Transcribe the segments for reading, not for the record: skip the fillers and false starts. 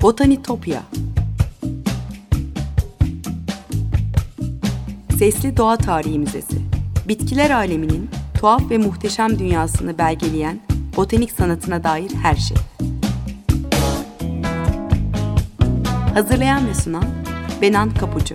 Botanitopya. Sesli Doğa Tarihi Müzesi. Bitkiler aleminin tuhaf ve muhteşem dünyasını belgeleyen botanik sanatına dair her şey. Hazırlayan ve sunan Benan Kapucu.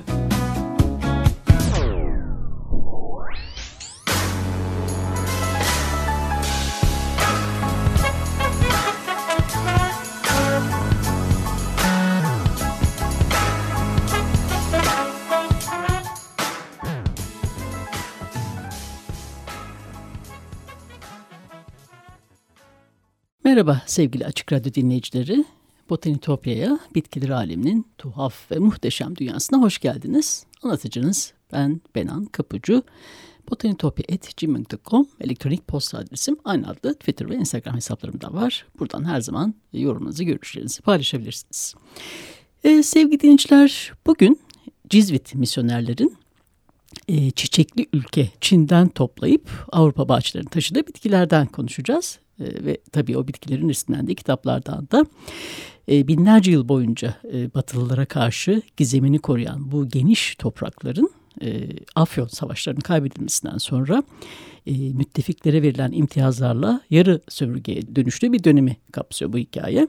Merhaba sevgili Açık Radyo dinleyicileri. Botanitopya'ya, bitkiler aleminin tuhaf ve muhteşem dünyasına hoş geldiniz. Anlatıcınız ben Benan Kapucu. botanitopya@gmail.com elektronik posta adresim, aynı adlı Twitter ve Instagram hesaplarımda var. Buradan her zaman yorumlarınızı, görüşlerinizi paylaşabilirsiniz. Sevgili dinleyiciler, bugün Cizvit misyonerlerin çiçekli ülke Çin'den toplayıp Avrupa bahçelerine taşıdığı bitkilerden konuşacağız. Ve tabii o bitkilerin resimlendiği kitaplardan da binlerce yıl boyunca Batılılara karşı gizemini koruyan bu geniş toprakların Afyon savaşlarının kaybedilmesinden sonra müttefiklere verilen imtiyazlarla yarı sömürgeye dönüştüğü bir dönemi kapsıyor bu hikaye.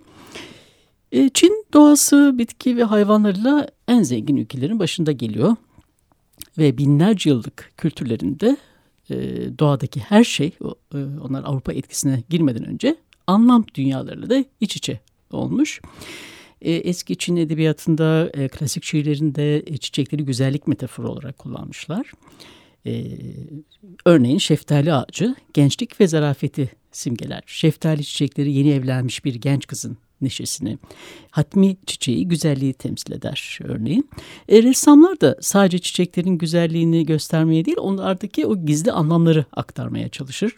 Çin doğası, bitki ve hayvanlarıyla en zengin ülkelerin başında geliyor ve binlerce yıllık kültürlerinde doğadaki her şey, onlar Avrupa etkisine girmeden önce anlam dünyalarıyla da iç içe olmuş. Eski Çin edebiyatında, klasik şiirlerinde çiçekleri güzellik metaforu olarak kullanmışlar. Örneğin şeftali ağacı gençlik ve zarafeti simgeler. Şeftali çiçekleri yeni evlenmiş bir genç kızın neşesini, hatmi çiçeği güzelliği temsil eder örneğin. Ressamlar da sadece çiçeklerin güzelliğini göstermeye değil, onlardaki o gizli anlamları aktarmaya çalışır.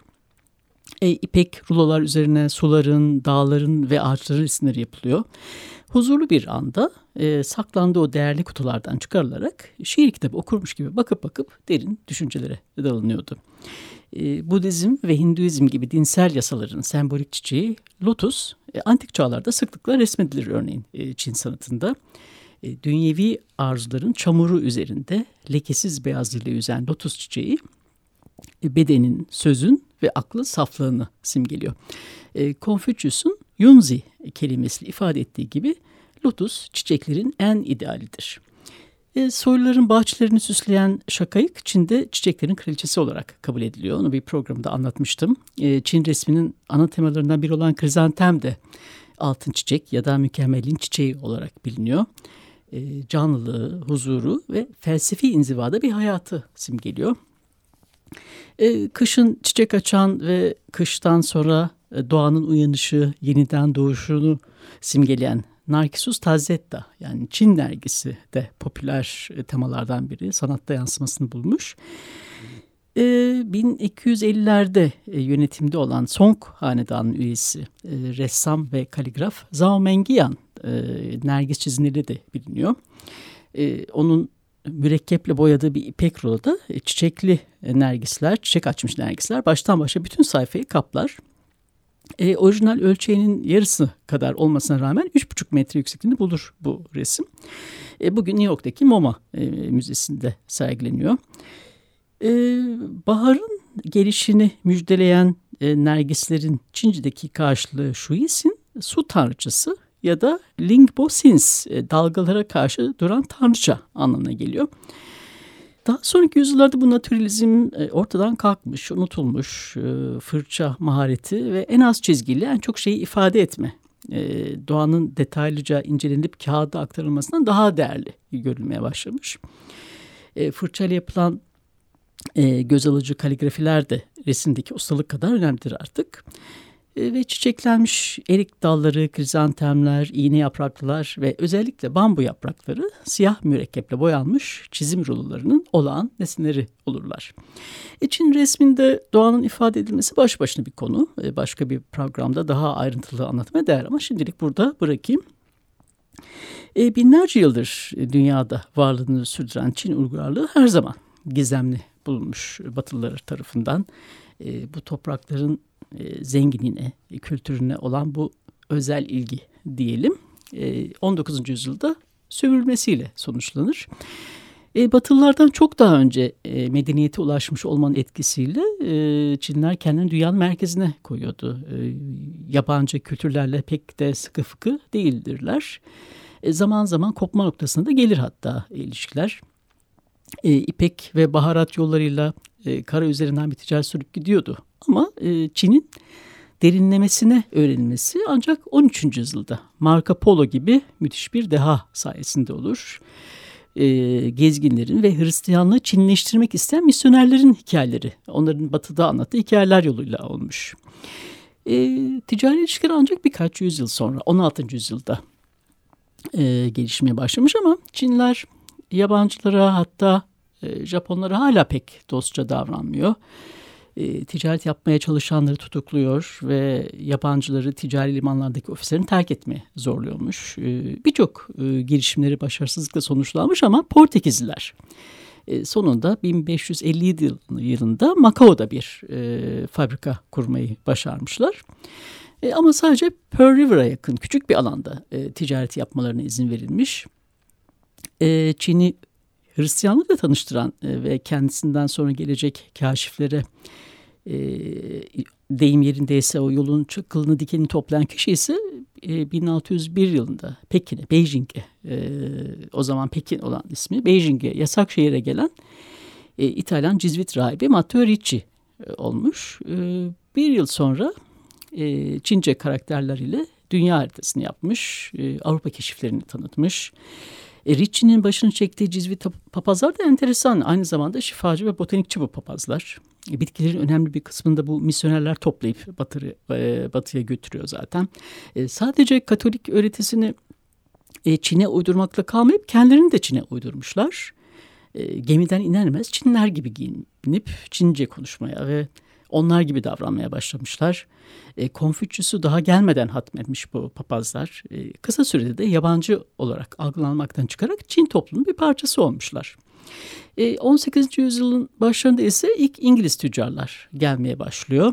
İpek rulolar üzerine suların, dağların ve ağaçların resimleri yapılıyor. Huzurlu bir anda saklandığı o değerli kutulardan çıkarılarak şiir kitabı okurmuş gibi bakıp derin düşüncelere dalınıyordu. Budizm ve Hinduizm gibi dinsel yasaların sembolik çiçeği lotus antik çağlarda sıklıkla resmedilir örneğin Çin sanatında. Dünyevi arzuların çamuru üzerinde lekesiz beyazlığıyla yüzen lotus çiçeği bedenin, sözün ve aklın saflığını simgeliyor. Konfüçyüs'ün Yunzi kelimesiyle ifade ettiği gibi lotus çiçeklerin en idealidir. Soyluların bahçelerini süsleyen şakayık Çin'de çiçeklerin kraliçesi olarak kabul ediliyor. Onu bir programda anlatmıştım. Çin resminin ana temalarından biri olan krizantem de altın çiçek ya da mükemmelliğin çiçeği olarak biliniyor. Canlılığı, huzuru ve felsefi inzivada bir hayatı simgeliyor. Kışın çiçek açan ve kıştan sonra doğanın uyanışı, yeniden doğuşunu simgeleyen Narcissus tazetta, yani Çin nergisi de popüler temalardan biri, sanatta yansımasını bulmuş. 1250'lerde yönetimde olan Song Hanedanı'nın üyesi ressam ve kaligraf Zhao Mengiyan nergis çizimleri de biliniyor. Onun mürekkeple boyadığı bir ipek ruloda çiçekli nergisler, çiçek açmış nergisler baştan başa bütün sayfayı kaplar. Orijinal ölçeğinin yarısı kadar olmasına rağmen 3,5 metre yüksekliğinde bulur bu resim. Bugün New York'taki MoMA Müzesi'nde sergileniyor. Baharın gelişini müjdeleyen nergislerin Çince'deki karşılığı Shuisin, su tanrıçası ya da Lingbo Sins, dalgalara karşı duran tanrıça anlamına geliyor. Daha sonraki yüzyıllarda bu naturalizm ortadan kalkmış, unutulmuş, fırça mahareti ve en az çizgiyle en çok şeyi ifade etme, doğanın detaylıca incelenip kağıda aktarılmasından daha değerli görülmeye başlamış. Fırçayla yapılan göz alıcı kaligrafiler de resimdeki ustalık kadar önemlidir artık. Ve çiçeklenmiş erik dalları, krizantemler, iğne yapraklılar ve özellikle bambu yaprakları siyah mürekkeple boyanmış çizim rulolarının olağan nesinleri olurlar. Çin resminde doğanın ifade edilmesi baş başına bir konu. Başka bir programda daha ayrıntılı anlatmaya değer ama şimdilik burada bırakayım. Binlerce yıldır dünyada varlığını sürdüren Çin uygarlığı her zaman gizemli bulunmuş Batılılar tarafından. Bu toprakların zenginliğine, kültürüne olan bu özel ilgi diyelim. 19. yüzyılda sömürülmesiyle sonuçlanır. Batılılardan çok daha önce medeniyete ulaşmış olmanın etkisiyle Çinliler kendini dünyanın merkezine koyuyordu. Yabancı kültürlerle pek de sıkı fıkı değildirler. Zaman zaman kopma noktasına da gelir hatta ilişkiler. İpek ve baharat yollarıyla kara üzerinden bir ticaret sürüp gidiyordu. Ama Çin'in derinlemesine öğrenilmesi ancak 13. yüzyılda Marco Polo gibi müthiş bir deha sayesinde olur. Gezginlerin ve Hristiyanlığı Çinleştirmek isteyen misyonerlerin hikayeleri, onların batıda anlattığı hikayeler yoluyla olmuş. Ticari ilişkiler ancak birkaç yüzyıl sonra 16. yüzyılda gelişmeye başlamış ama Çinliler yabancılara, hatta Japonlara hala pek dostça davranmıyor. Ticaret yapmaya çalışanları tutukluyor ve yabancıları ticari limanlardaki ofislerini terk etmeye zorluyormuş. Birçok girişimleri başarısızlıkla sonuçlanmış ama Portekizliler sonunda 1557 yılında Macao'da bir fabrika kurmayı başarmışlar. Ama sadece Pearl River'a yakın küçük bir alanda ticaret yapmalarına izin verilmiş. Çin'i Hristiyanlıkla tanıştıran ve kendisinden sonra gelecek kaşiflere deyim yerindeyse o yolun çakılını dikenini toplayan kişi ise 1601 yılında Pekin'e, Beijing'e, o zaman Pekin olan ismi, Beijing'e yasak şehire gelen İtalyan Cizvit rahibi Matteo Ricci olmuş. Bir yıl sonra Çince karakterleriyle dünya haritasını yapmış, Avrupa keşiflerini tanıtmış. Ricci'nin başını çektiği Cizvit papazlar da enteresan. Aynı zamanda şifacı ve botanikçi bu papazlar. Bitkilerin önemli bir kısmını da bu misyonerler toplayıp batıya götürüyor zaten. Sadece Katolik öğretisini Çin'e uydurmakla kalmayıp kendilerini de Çin'e uydurmuşlar. Gemiden iner inmez Çinliler gibi giyinip Çince konuşmaya ve onlar gibi davranmaya başlamışlar. Konfüçyüs'ü daha gelmeden hatmetmiş bu papazlar. Kısa sürede de yabancı olarak algılanmaktan çıkarak Çin toplumunun bir parçası olmuşlar. 18. yüzyılın başlarında ise ilk İngiliz tüccarlar gelmeye başlıyor.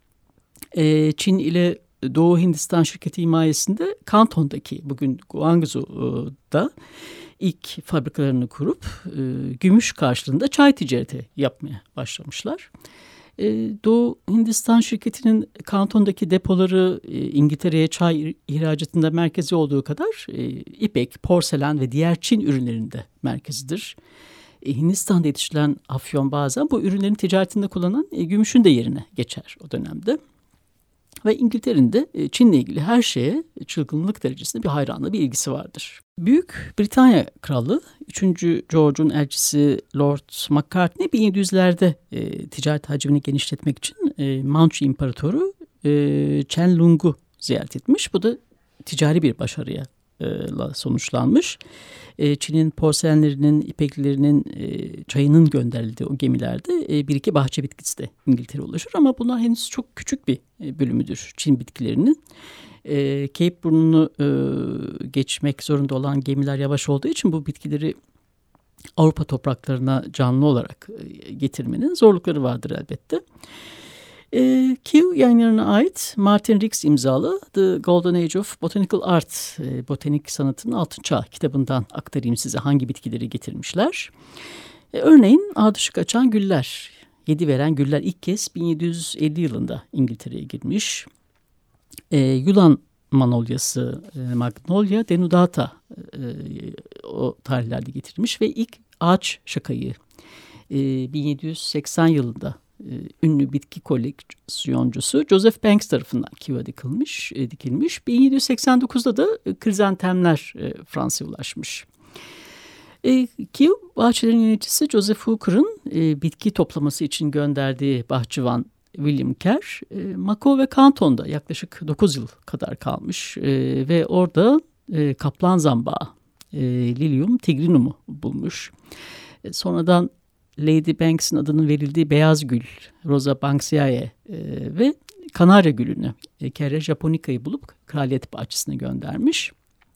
Çin ile Doğu Hindistan şirketi himayesinde Kanton'daki, bugün Guangzhou'da ilk fabrikalarını kurup gümüş karşılığında çay ticareti yapmaya başlamışlar. Doğu Hindistan şirketinin Kanton'daki depoları İngiltere'ye çay ihracatında merkezi olduğu kadar ipek, porselen ve diğer Çin ürünlerinde merkezidir. Hindistan'da yetiştirilen afyon bazen bu ürünlerin ticaretinde kullanılan gümüşün de yerine geçer o dönemde. Ve İngiltere'nin de Çin'le ilgili her şeye çılgınlık derecesinde bir hayranlığı, bir ilgisi vardır. Büyük Britanya Kralı 3. George'un elçisi Lord Macartney 1700'lerde ticaret hacmini genişletmek için Manchu İmparatoru Chen Lung'u ziyaret etmiş. Bu da ticari bir başarıya sonuçlanmış. Çin'in porselenlerinin, ipeklerinin, çayının gönderildiği o gemilerde bir iki bahçe bitkisi de İngiltere'ye ulaşır. Ama bunlar henüz çok küçük bir bölümüdür Çin bitkilerinin. Cape Burnunu geçmek zorunda olan gemiler yavaş olduğu için bu bitkileri Avrupa topraklarına canlı olarak getirmenin zorlukları vardır elbette. Kew yayınlarına ait Martin Rix imzalı The Golden Age of Botanical Art, botanik sanatının altın çağı kitabından aktarayım size hangi bitkileri getirmişler. Örneğin ardışık açan güller, yedi veren güller ilk kez 1750 yılında İngiltere'ye girmiş. Yunan manolyası, Magnolia denudata o tarihlerde getirilmiş ve ilk ağaç şakayı 1780 yılında ünlü bitki koleksiyoncusu Joseph Banks tarafından Kew'a dikilmiş. 1789'da da krizantemler Fransa'ya ulaşmış. Kew bahçelerin yöneticisi Joseph Hooker'ın bitki toplaması için gönderdiği bahçıvan William Kerr, Macao ve Kanton'da yaklaşık 9 yıl kadar kalmış ve orada kaplan zambağı Lilium tigrinum'u bulmuş. Sonradan Lady Banks'in adının verildiği beyaz gül Rosa Banksiae ve kanarya gülünü Kerre japonica'yı bulup kraliyet bahçesine göndermiş.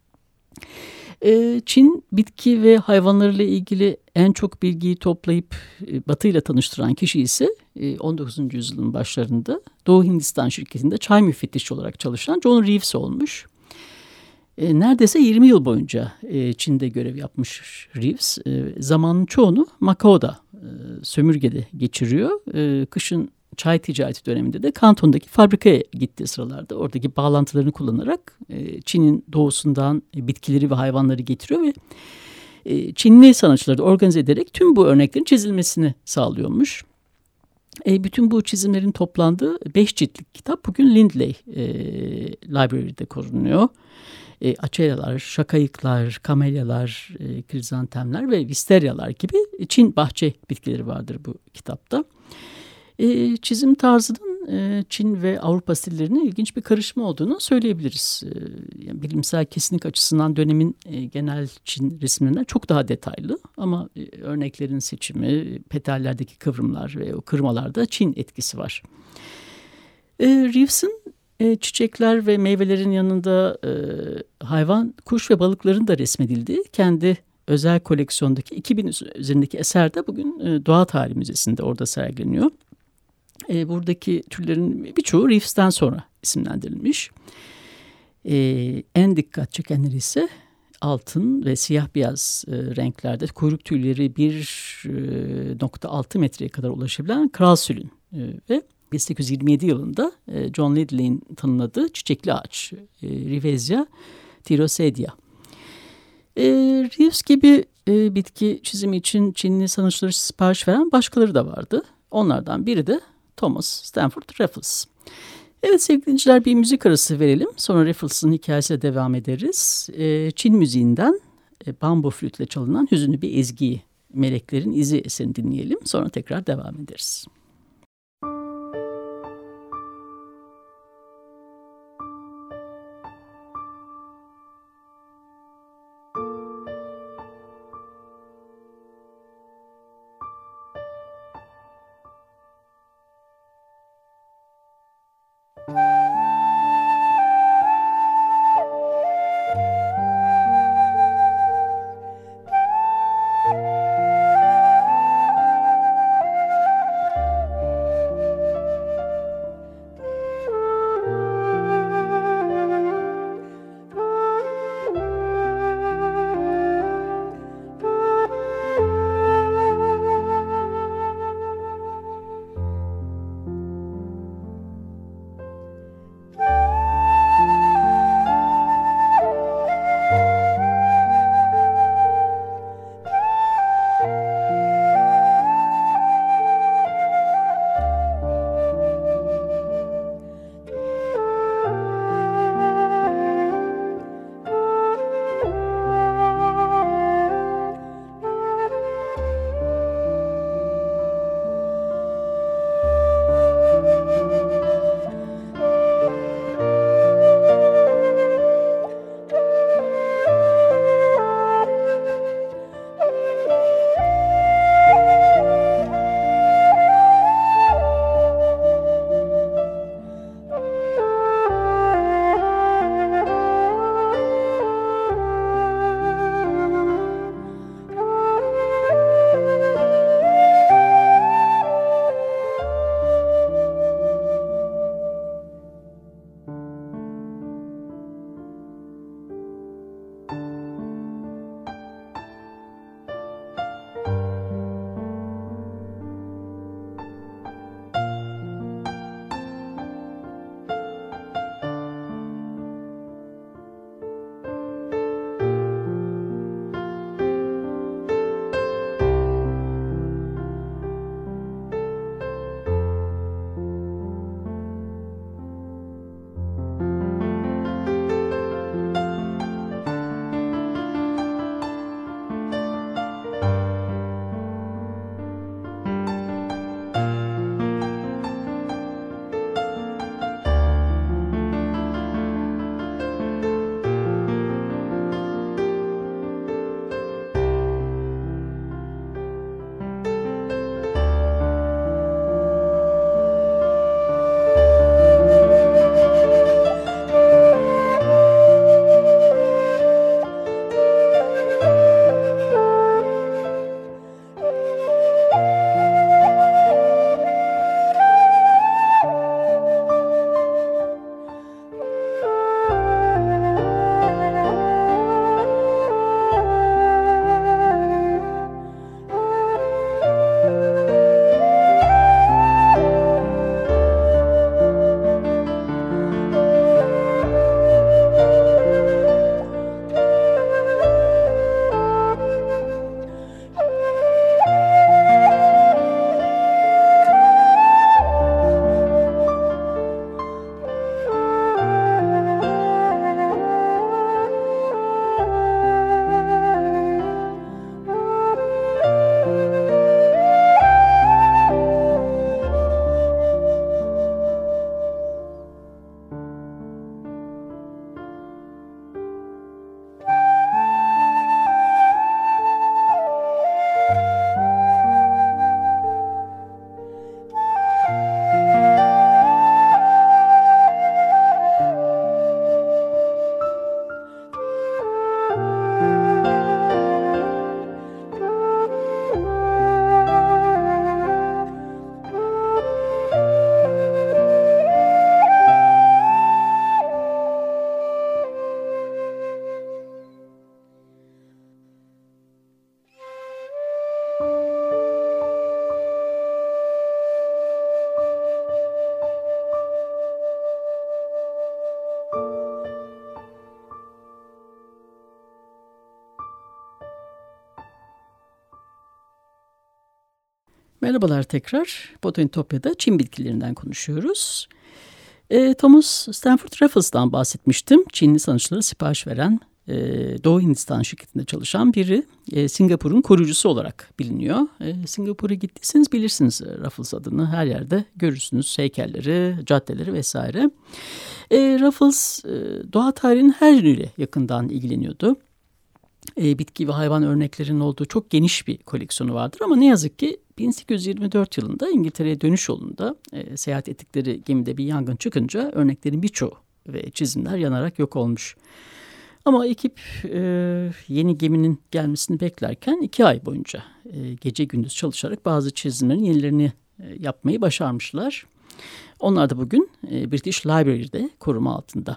Çin bitki ve hayvanlarıyla ilgili en çok bilgiyi toplayıp Batı ile tanıştıran kişi ise 19. yüzyılın başlarında Doğu Hindistan şirketinde çay müfettişi olarak çalışan John Reeves olmuş. Neredeyse 20 yıl boyunca Çin'de görev yapmış Reeves. Zamanın çoğunu Macao'da sömürgede geçiriyor. Kışın çay ticareti döneminde de Kanton'daki fabrikaya gittiği sıralarda oradaki bağlantılarını kullanarak Çin'in doğusundan bitkileri ve hayvanları getiriyor ve Çinli sanatçıları da organize ederek tüm bu örneklerin çizilmesini sağlıyormuş. Bütün bu çizimlerin toplandığı 5 ciltlik kitap bugün Lindley Library'de korunuyor. Açelyalar, şakayıklar, kamelyalar, krizantemler ve visteryalar gibi Çin bahçe bitkileri vardır bu kitapta. Çizim tarzının Çin ve Avrupa stillerinin ilginç bir karışma olduğunu söyleyebiliriz. Yani bilimsel kesinlik açısından dönemin genel Çin resimlerinden çok daha detaylı ama örneklerin seçimi, petallerdeki kıvrımlar ve o kırmalarda Çin etkisi var. Reeves'in çiçekler ve meyvelerin yanında hayvan, kuş ve balıkların da resmedildiği kendi özel koleksiyondaki 2000 üzerindeki eser de bugün Doğa Tarihi Müzesi'nde orada sergileniyor. Buradaki türlerin birçoğu Reeves'ten sonra isimlendirilmiş. En dikkat çekenleri ise altın ve siyah beyaz renklerde kuyruk tüyleri 1,6 metreye kadar ulaşabilen kral sülün ve 1827 yılında John Lidley'in tanımladığı çiçekli ağaç Rivesia tirosedia. Reeves gibi bitki çizimi için Çinli sanatçılara sipariş veren başkaları da vardı. Onlardan biri de Thomas Stamford Raffles. Evet sevgili dinleyiciler, bir müzik arası verelim. Sonra Raffles'ın hikayesiyle devam ederiz. Çin müziğinden bambu flütle çalınan hüzünlü bir ezgiyi, Meleklerin İzi eserini dinleyelim. Sonra tekrar devam ederiz. Merhabalar tekrar. Botanitopya'da Çin bitkilerinden konuşuyoruz. Thomas Stamford Raffles'tan bahsetmiştim. Çinli sanatçılara sipariş veren Doğu Hindistan şirketinde çalışan biri. Singapur'un koruyucusu olarak biliniyor. Singapur'a gittiyseniz bilirsiniz Raffles adını. Her yerde görürsünüz heykelleri, caddeleri vesaire. Raffles doğa tarihinin her yönüyle yakından ilgileniyordu. Bitki ve hayvan örneklerinin olduğu çok geniş bir koleksiyonu vardır ama ne yazık ki 1824 yılında İngiltere'ye dönüş yolunda seyahat ettikleri gemide bir yangın çıkınca örneklerin birçoğu ve çizimler yanarak yok olmuş. Ama ekip yeni geminin gelmesini beklerken 2 ay boyunca gece gündüz çalışarak bazı çizimlerin yenilerini yapmayı başarmışlar. Onlar da bugün British Library'de koruma altında.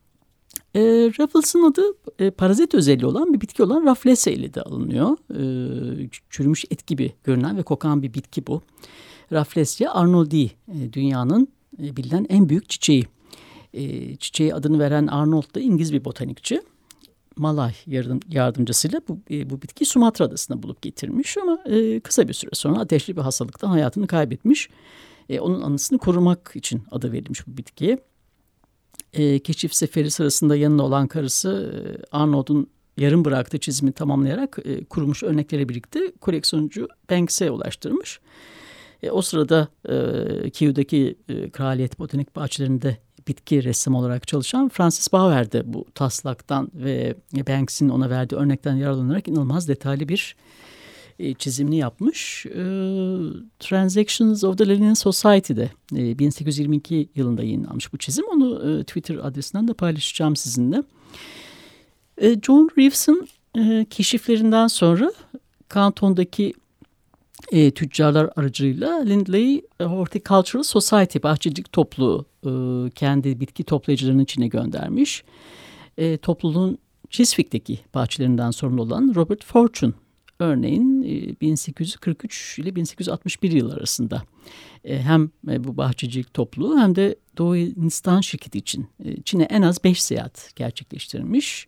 Raffles'ın adı parazit özelliği olan bir bitki olan Rafflesia ile de alınıyor. Çürümüş et gibi görünen ve kokan bir bitki bu. Rafflesia arnoldii, dünyanın bilinen en büyük çiçeği. Çiçeğe adını veren Arnold da İngiliz bir botanikçi. Malay yardımcısıyla bu bitkiyi Sumatra adasına bulup getirmiş ama kısa bir süre sonra ateşli bir hastalıktan hayatını kaybetmiş. Onun anısını korumak için adı verilmiş bu bitkiye. Keşif seferi sırasında yanında olan karısı Arnold'un yarım bıraktığı çizimi tamamlayarak kurumuş örnekleri birlikte koleksiyoncu Banks'e ulaştırmış. O sırada Keew'daki Kraliyet Botanik Bahçeleri'nde bitki ressamı olarak çalışan Francis Bauer de bu taslaktan ve Banks'in ona verdiği örnekten yararlanarak inanılmaz detaylı bir çizimini yapmış. Transactions of the Linnean Society'de 1822 yılında yayınlanmış bu çizim. Onu Twitter adresinden de paylaşacağım sizinle. John Reeves'in keşiflerinden sonra kantondaki tüccarlar aracılığıyla Lindley Horticultural Society, bahçecilik topluluğu kendi bitki toplayıcılarının içine göndermiş. Topluluğun Chiswick'teki bahçelerinden sorumlu olan Robert Fortune, örneğin 1843 ile 1861 yıl arasında hem bu bahçecilik topluluğu hem de Doğu Hindistan şirketi için Çin'e en az 5 seyahat gerçekleştirmiş.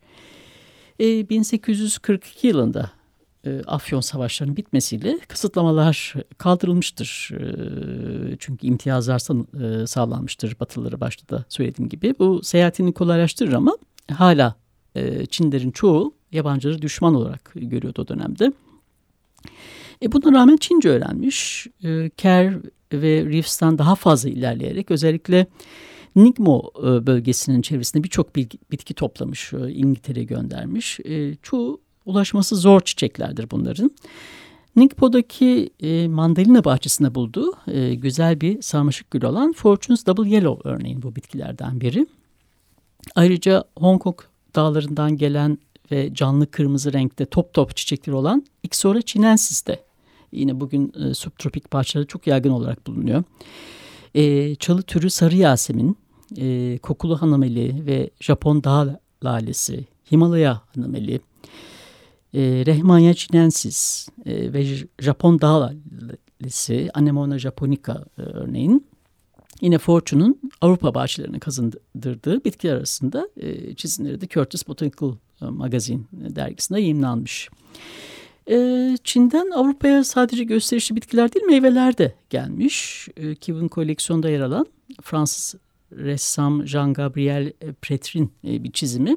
1842 yılında Afyon Savaşları'nın bitmesiyle kısıtlamalar kaldırılmıştır. Çünkü imtiyazlar sağlanmıştır Batılılara başta da söylediğim gibi. Bu seyahatini kolaylaştırır ama hala Çinlilerin çoğu yabancıları düşman olarak görüyordu o dönemde. Buna rağmen Çince öğrenmiş. Kerr ve Reeves'ten daha fazla ilerleyerek özellikle Ningmo bölgesinin çevresinde birçok bitki toplamış, İngiltere'ye göndermiş. Çoğu ulaşması zor çiçeklerdir bunların. Ningpo'daki mandalina bahçesinde bulduğu güzel bir sarmaşık gül olan Fortune's Double Yellow örneğin bu bitkilerden biri. Ayrıca Hong Kong dağlarından gelen ve canlı kırmızı renkte top top çiçekleri olan Ixora chinensis de yine bugün subtropik bahçelerde çok yaygın olarak bulunuyor. Çalı türü sarı yasemin, kokulu hanameli ve Japon dağ lalesi, Himalaya hanameli, Rehmania chinensis ve Japon dağ lalesi, Anemona japonica örneğin. Yine Fortune'un Avrupa bahçelerine kazandırdığı bitkiler arasında çizimleri de Curtis Botanical Magazine dergisinde yayımlanmış. Çin'den Avrupa'ya sadece gösterişli bitkiler değil meyveler de gelmiş. Keew'in koleksiyonda yer alan Fransız ressam Jean-Gabriel Pretrin bir çizimi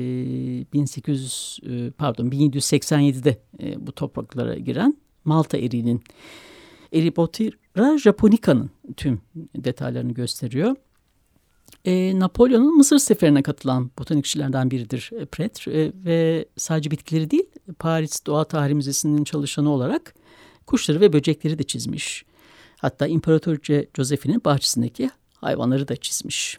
1787'de bu topraklara giren Malta eriğinin Eribotira japonica'nın tüm detaylarını gösteriyor. Napolyon'un Mısır seferine katılan botanikçilerden biridir Pretre ve sadece bitkileri değil Paris Doğa Tarihi Müzesi'nin çalışanı olarak kuşları ve böcekleri de çizmiş. Hatta İmparatoriçe Josephine'in bahçesindeki hayvanları da çizmiş.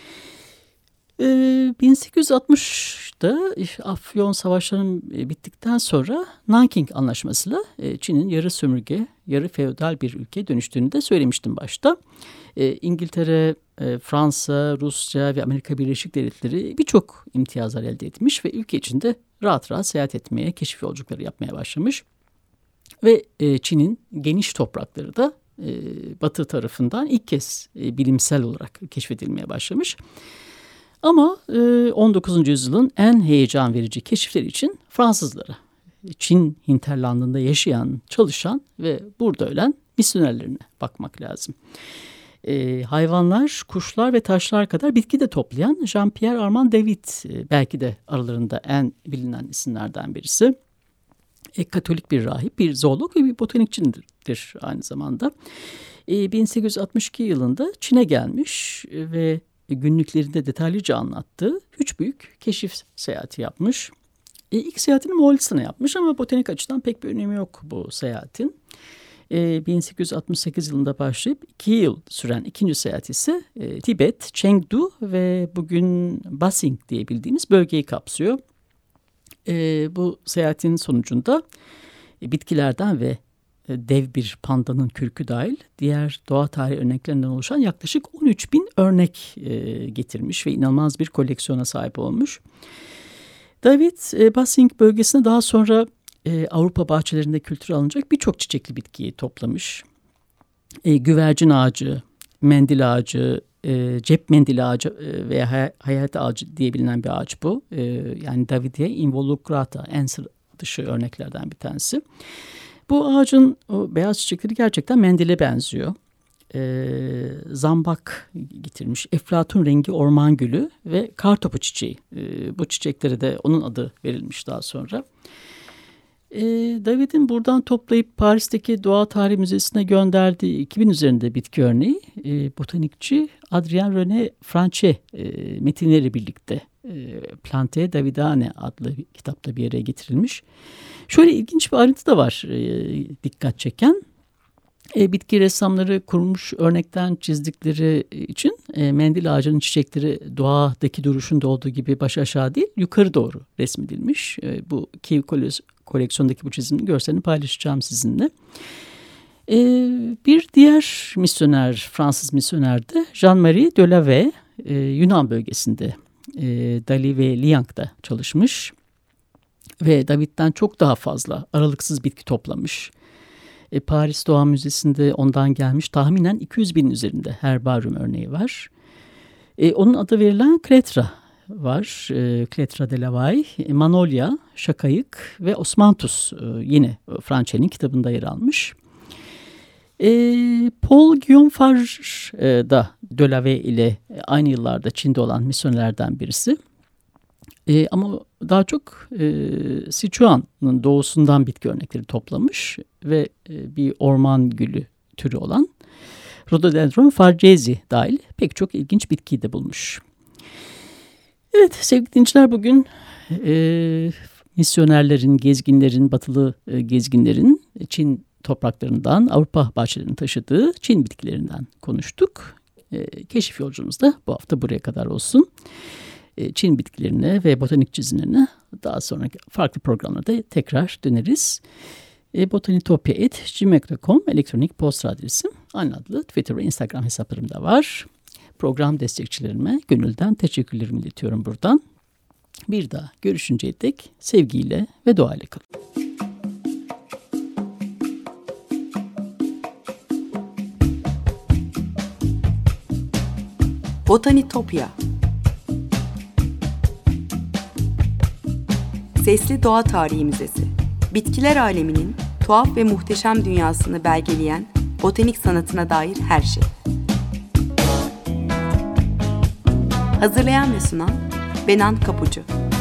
1860'da Afyon Savaşları'nın bittikten sonra Nanking Anlaşması'yla Çin'in yarı sömürge, yarı feodal bir ülkeye dönüştüğünü de söylemiştim başta. İngiltere, Fransa, Rusya ve Amerika Birleşik Devletleri birçok imtiyazlar elde etmiş ve ülke içinde rahat rahat seyahat etmeye, keşif yolculukları yapmaya başlamış. Ve Çin'in geniş toprakları da Batı tarafından ilk kez bilimsel olarak keşfedilmeye başlamış. Ama 19. yüzyılın en heyecan verici keşifleri için Fransızlara, Çin hinterlandında yaşayan, çalışan ve burada ölen misyonerlerine bakmak lazım. Hayvanlar, kuşlar ve taşlar kadar bitki de toplayan Jean-Pierre Armand David belki de aralarında en bilinen isimlerden birisi. Katolik bir rahip, bir zoolog ve bir botanikçidir aynı zamanda. 1862 yılında Çin'e gelmiş ve günlüklerinde detaylıca anlattığı 3 büyük keşif seyahati yapmış. İlk seyahatini Moğolistan'a yapmış ama botanik açıdan pek bir önemi yok bu seyahatin. 1868 yılında başlayıp 2 yıl süren ikinci seyahat ise Tibet, Chengdu ve bugün Basing diye bildiğimiz bölgeyi kapsıyor. Bu seyahatin sonucunda bitkilerden ve dev bir pandanın kürkü dahil diğer doğa tarihi örneklerinden oluşan yaklaşık 13.000 örnek getirmiş ve inanılmaz bir koleksiyona sahip olmuş. David Basing bölgesine daha sonra Avrupa bahçelerinde kültüre alınacak birçok çiçekli bitkiyi toplamış. Güvercin ağacı, mendil ağacı, cep mendil ağacı veya hayat ağacı diye bilinen bir ağaç bu. Yani Davidia involucrata en sıra dışı örneklerden bir tanesi. Bu ağacın o beyaz çiçekleri gerçekten mendile benziyor. Zambak getirmiş, eflatun rengi orman gülü ve kartopu çiçeği. Bu çiçeklere de onun adı verilmiş daha sonra. David'in buradan toplayıp Paris'teki Doğa Tarihi Müzesi'ne gönderdiği 2000 üzerinde bitki örneği botanikçi Adrien René Franche metinleri birlikte Plantae Davidianae adlı kitapta bir yere getirilmiş. Şöyle ilginç bir ayrıntı da var dikkat çeken. Bitki ressamları kurumuş örnekten çizdikleri için mendil ağacının çiçekleri doğadaki duruşunda olduğu gibi baş aşağı değil yukarı doğru resmedilmiş. Bu Kiev koleksiyondaki bu çizimin görselini paylaşacağım sizinle. Bir diğer misyoner, Fransız misyoner de Jean-Marie Delavet Yunan bölgesinde Dali ve Liang'da çalışmış ve David'den çok daha fazla aralıksız bitki toplamış. Paris Doğa Müzesi'nde ondan gelmiş tahminen 200.000 üzerinde herbaryum örneği var. Onun adı verilen Kletra var. Kletra de Lavay, Manolya, Şakayık ve Osmanthus yine Franche'nin kitabında yer almış. Paul Guillaume Farge da Delavet ile aynı yıllarda Çin'de olan misyonerlerden birisi. Ama daha çok Sichuan'ın doğusundan bitki örnekleri toplamış ve bir orman gülü türü olan Rhododendron fargesi dahil pek çok ilginç bitkiyi de bulmuş. Evet sevgili dinleyiciler, bugün misyonerlerin, gezginlerin, batılı gezginlerin Çin topraklarından Avrupa bahçelerinin taşıdığı Çin bitkilerinden konuştuk. Keşif yolculuğumuz da bu hafta buraya kadar olsun. Çin bitkilerine ve botanik çizimlerine daha sonraki farklı programlarda tekrar döneriz. botanitopya@gmail.com elektronik posta adresim. Aynı adlı Twitter ve Instagram hesaplarım da var. Program destekçilerime gönülden teşekkürlerimi iletiyorum buradan. Bir daha görüşünceye dek sevgiyle ve doğayla kalın. Botanitopya. Sesli Doğa Tarihi Müzesi. Bitkiler aleminin tuhaf ve muhteşem dünyasını belgeleyen botanik sanatına dair her şey. Hazırlayan ve sunan Benan Kapucu.